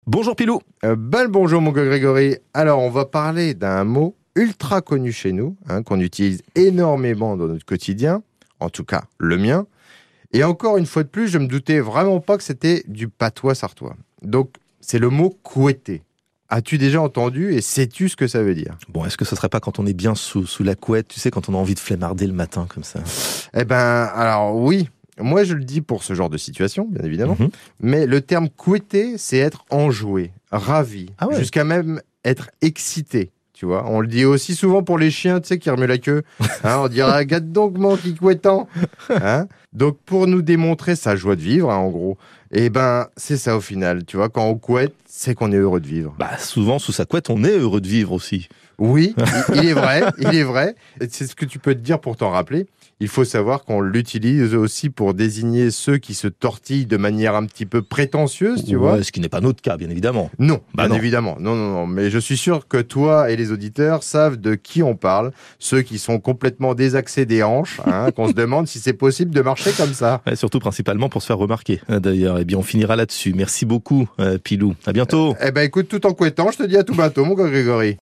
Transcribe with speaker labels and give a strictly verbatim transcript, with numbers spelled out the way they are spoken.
Speaker 1: Bonjour Pilou.
Speaker 2: Euh, bel bonjour mon gars Grégory. Alors on va parler d'un mot ultra connu chez nous, hein, qu'on utilise énormément dans notre quotidien, en tout cas le mien. Et encore une fois de plus, je me doutais vraiment pas que c'était du patois sartois. Donc c'est le mot couetter. As-tu déjà entendu et sais-tu ce que ça veut dire?
Speaker 1: Bon, est-ce que ce serait pas quand on est bien sous, sous la couette, tu sais, quand on a envie de flemmarder le matin comme ça?
Speaker 2: Eh ben alors oui. Moi, je le dis pour ce genre de situation, bien évidemment.
Speaker 1: Mm-hmm.
Speaker 2: Mais le terme couetter, c'est être enjoué, ravi,
Speaker 1: Ah ouais.
Speaker 2: jusqu'à même être excité. Tu vois, on le dit aussi souvent pour les chiens, tu sais, qui remuent la queue. Hein, on dirait, regarde donc mon qui couettant. Hein, donc, pour nous démontrer sa joie de vivre, hein, en gros, eh ben, c'est ça au final. Tu vois, quand on couette, c'est qu'on est heureux de vivre.
Speaker 1: Bah, souvent, sous sa couette, on est heureux de vivre aussi.
Speaker 2: Oui, il est vrai, il est vrai. Et c'est ce que tu peux te dire pour t'en rappeler. Il faut savoir qu'on l'utilise aussi pour désigner ceux qui se tortillent de manière un petit peu prétentieuse, tu
Speaker 1: ouais,
Speaker 2: vois.
Speaker 1: Ce qui n'est pas notre cas, bien évidemment.
Speaker 2: Non,
Speaker 1: bah
Speaker 2: bien
Speaker 1: non.
Speaker 2: évidemment. Non, non, non. Mais je suis sûr que toi et les auditeurs savent de qui on parle. Ceux qui sont complètement désaxés des hanches, hein, qu'on se demande si c'est possible de marcher comme ça.
Speaker 1: Ouais, surtout principalement pour se faire remarquer, d'ailleurs. Eh bien, on finira là-dessus. Merci beaucoup, euh, Pilou. À bientôt.
Speaker 2: Eh ben, écoute, tout en couettant, je te dis à tout bientôt, mon gars Grégory.